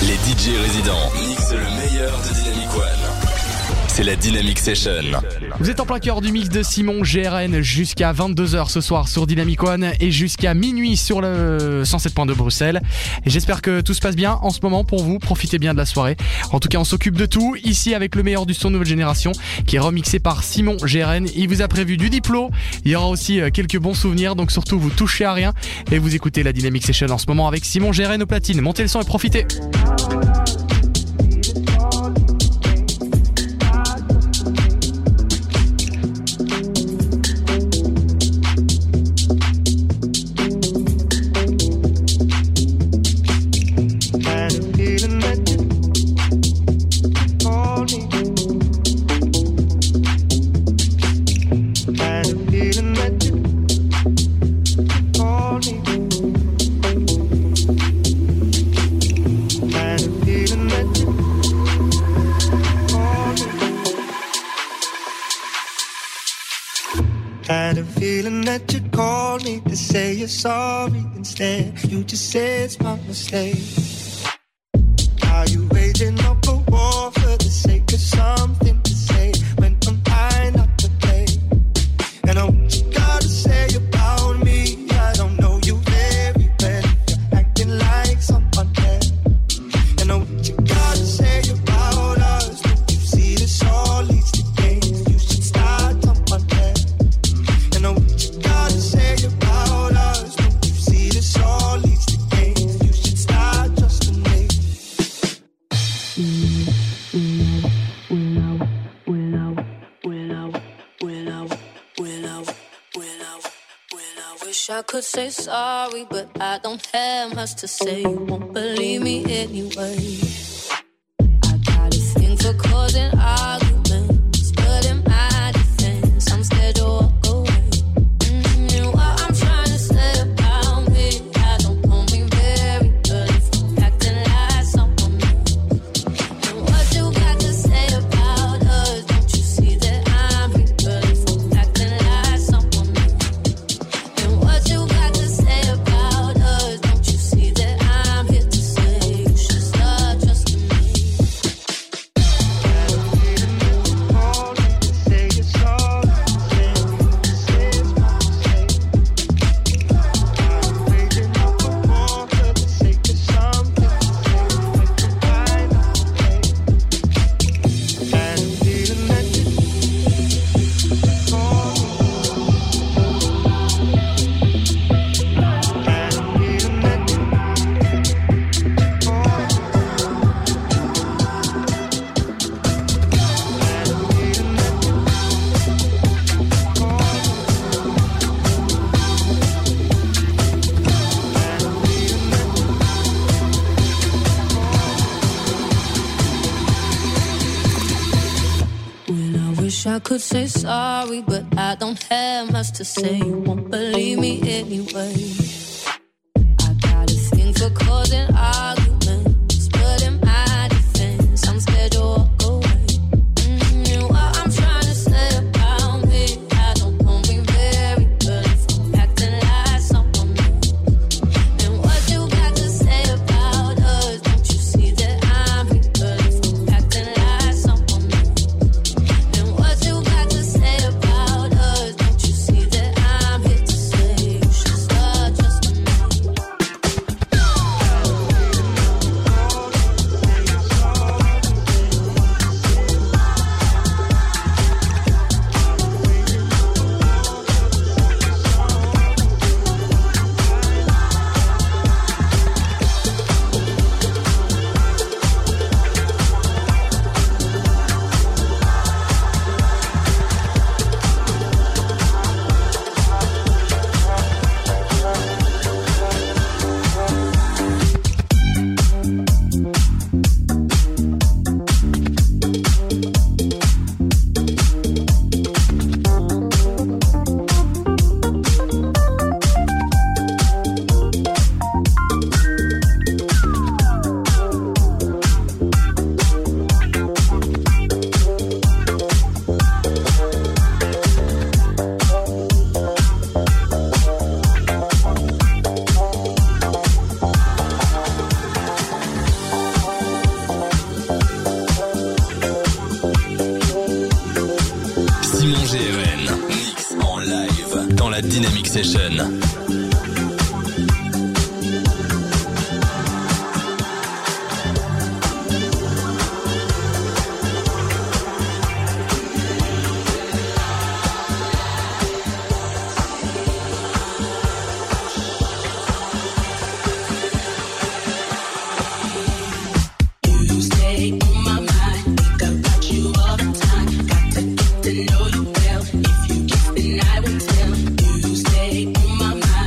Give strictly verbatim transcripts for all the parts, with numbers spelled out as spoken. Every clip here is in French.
Les D J résidents mixent le meilleur de Dynamic One. C'est la Dynamic Session. Vous êtes en plein cœur du mix de Simon G R N jusqu'à vingt-deux heures ce soir sur Dynamic One et jusqu'à minuit sur le cent sept point deux Bruxelles. Et j'espère que tout se passe bien en ce moment pour vous. Profitez bien de la soirée. En tout cas, on s'occupe de tout ici avec le meilleur du son nouvelle génération qui est remixé par Simon G R N. Il vous a prévu du Diplo. Il y aura aussi quelques bons souvenirs. Donc surtout, vous touchez à rien et vous écoutez la Dynamic Session en ce moment avec Simon G R N au platine. Montez le son et profitez. Sorry, instead you just say it's my mistake. Are you waging up a war for the sake of something to say when I'm high not to play? And I what you gotta say about me, I don't know you very well. You're acting like someone else. And I what you gotta say about us, don't you see this all leads to games? You should start someone else. And I what you gotta say about us, all leads to games. You should start trusting me. Willow, willow, willow, willow, willow, willow, willow. Wish I could say sorry, but I don't have much to say. You won't believe me anyway. I got a thing for causing arguments, but in my defense, I'm scared to walk away. Mm-hmm. What I'm trying to say about me, I could say sorry, but I don't have much to say. You won't believe me anyway. I got a thing for causing arguments, but in my defense, I'm scared to walk away. Mm-hmm. What I'm trying to say about me, I don't know me very well. If I'm acting like someone else, and what you got to say about us, don't you see that I'm real? If I'm acting like someone else, and what you got to say about us, don't you see that I'm here to say you should start just Dynamic Session. Know you well. If you kiss, then I will tell. You stay on my mind.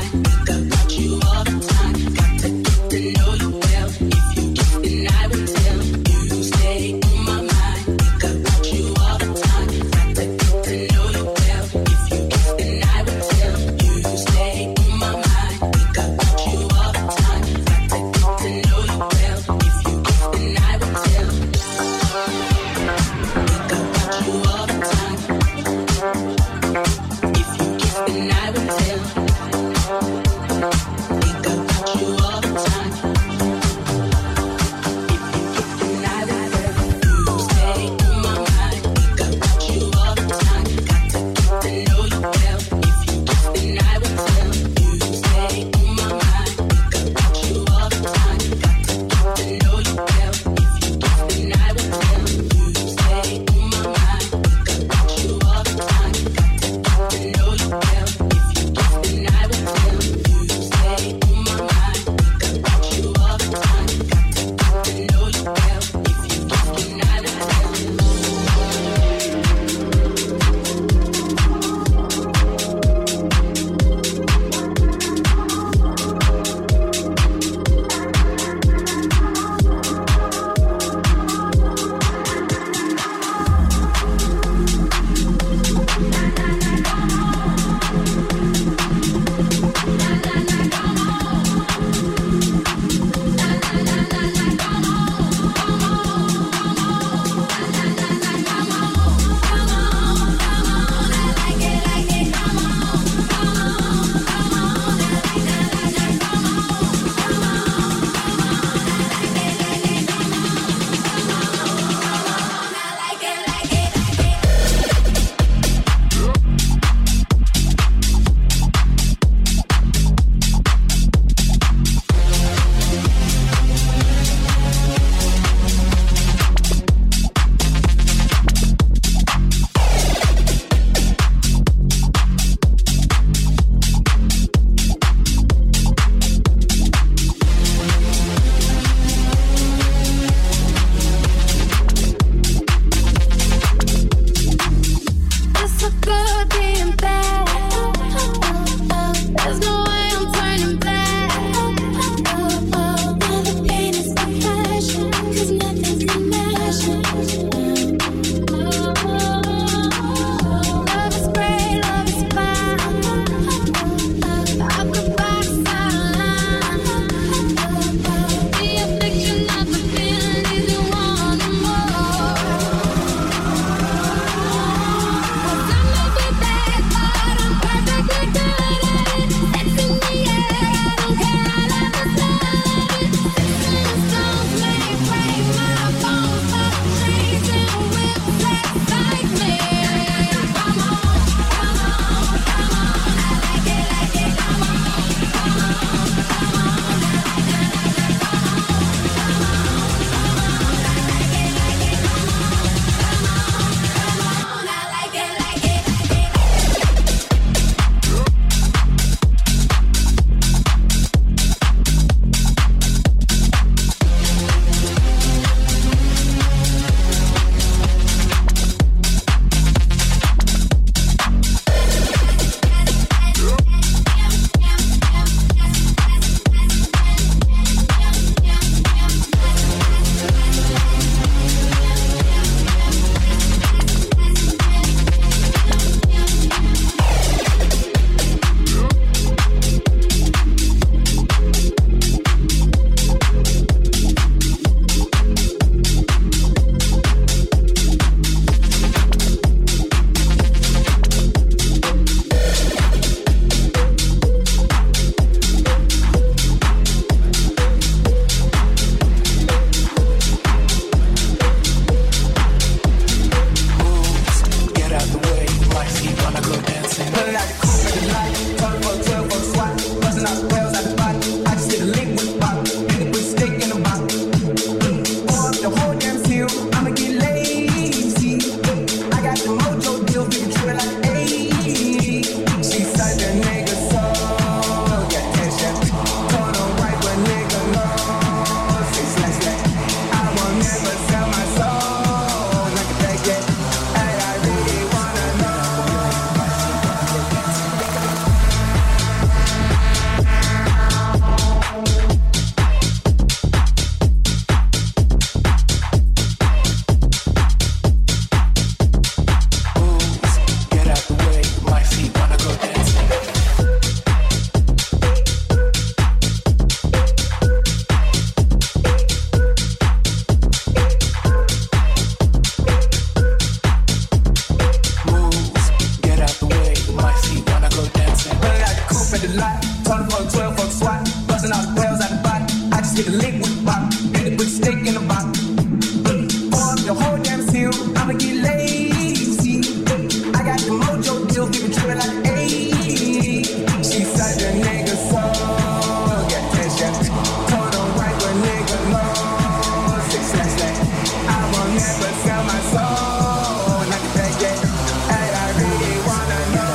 put the steak in the box. Pour up the whole damn seal, I'ma get lazy. I got the mojo deal, keep it trippin' like eighty. She said the nigga so, got tension. Told him right when nigga low, six slash slash. I will never sell my soul, not the back yet. And I really wanna know.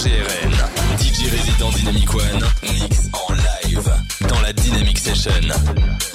G R N. D J résident Dynamic One, mix en live dans la Dynamic Session.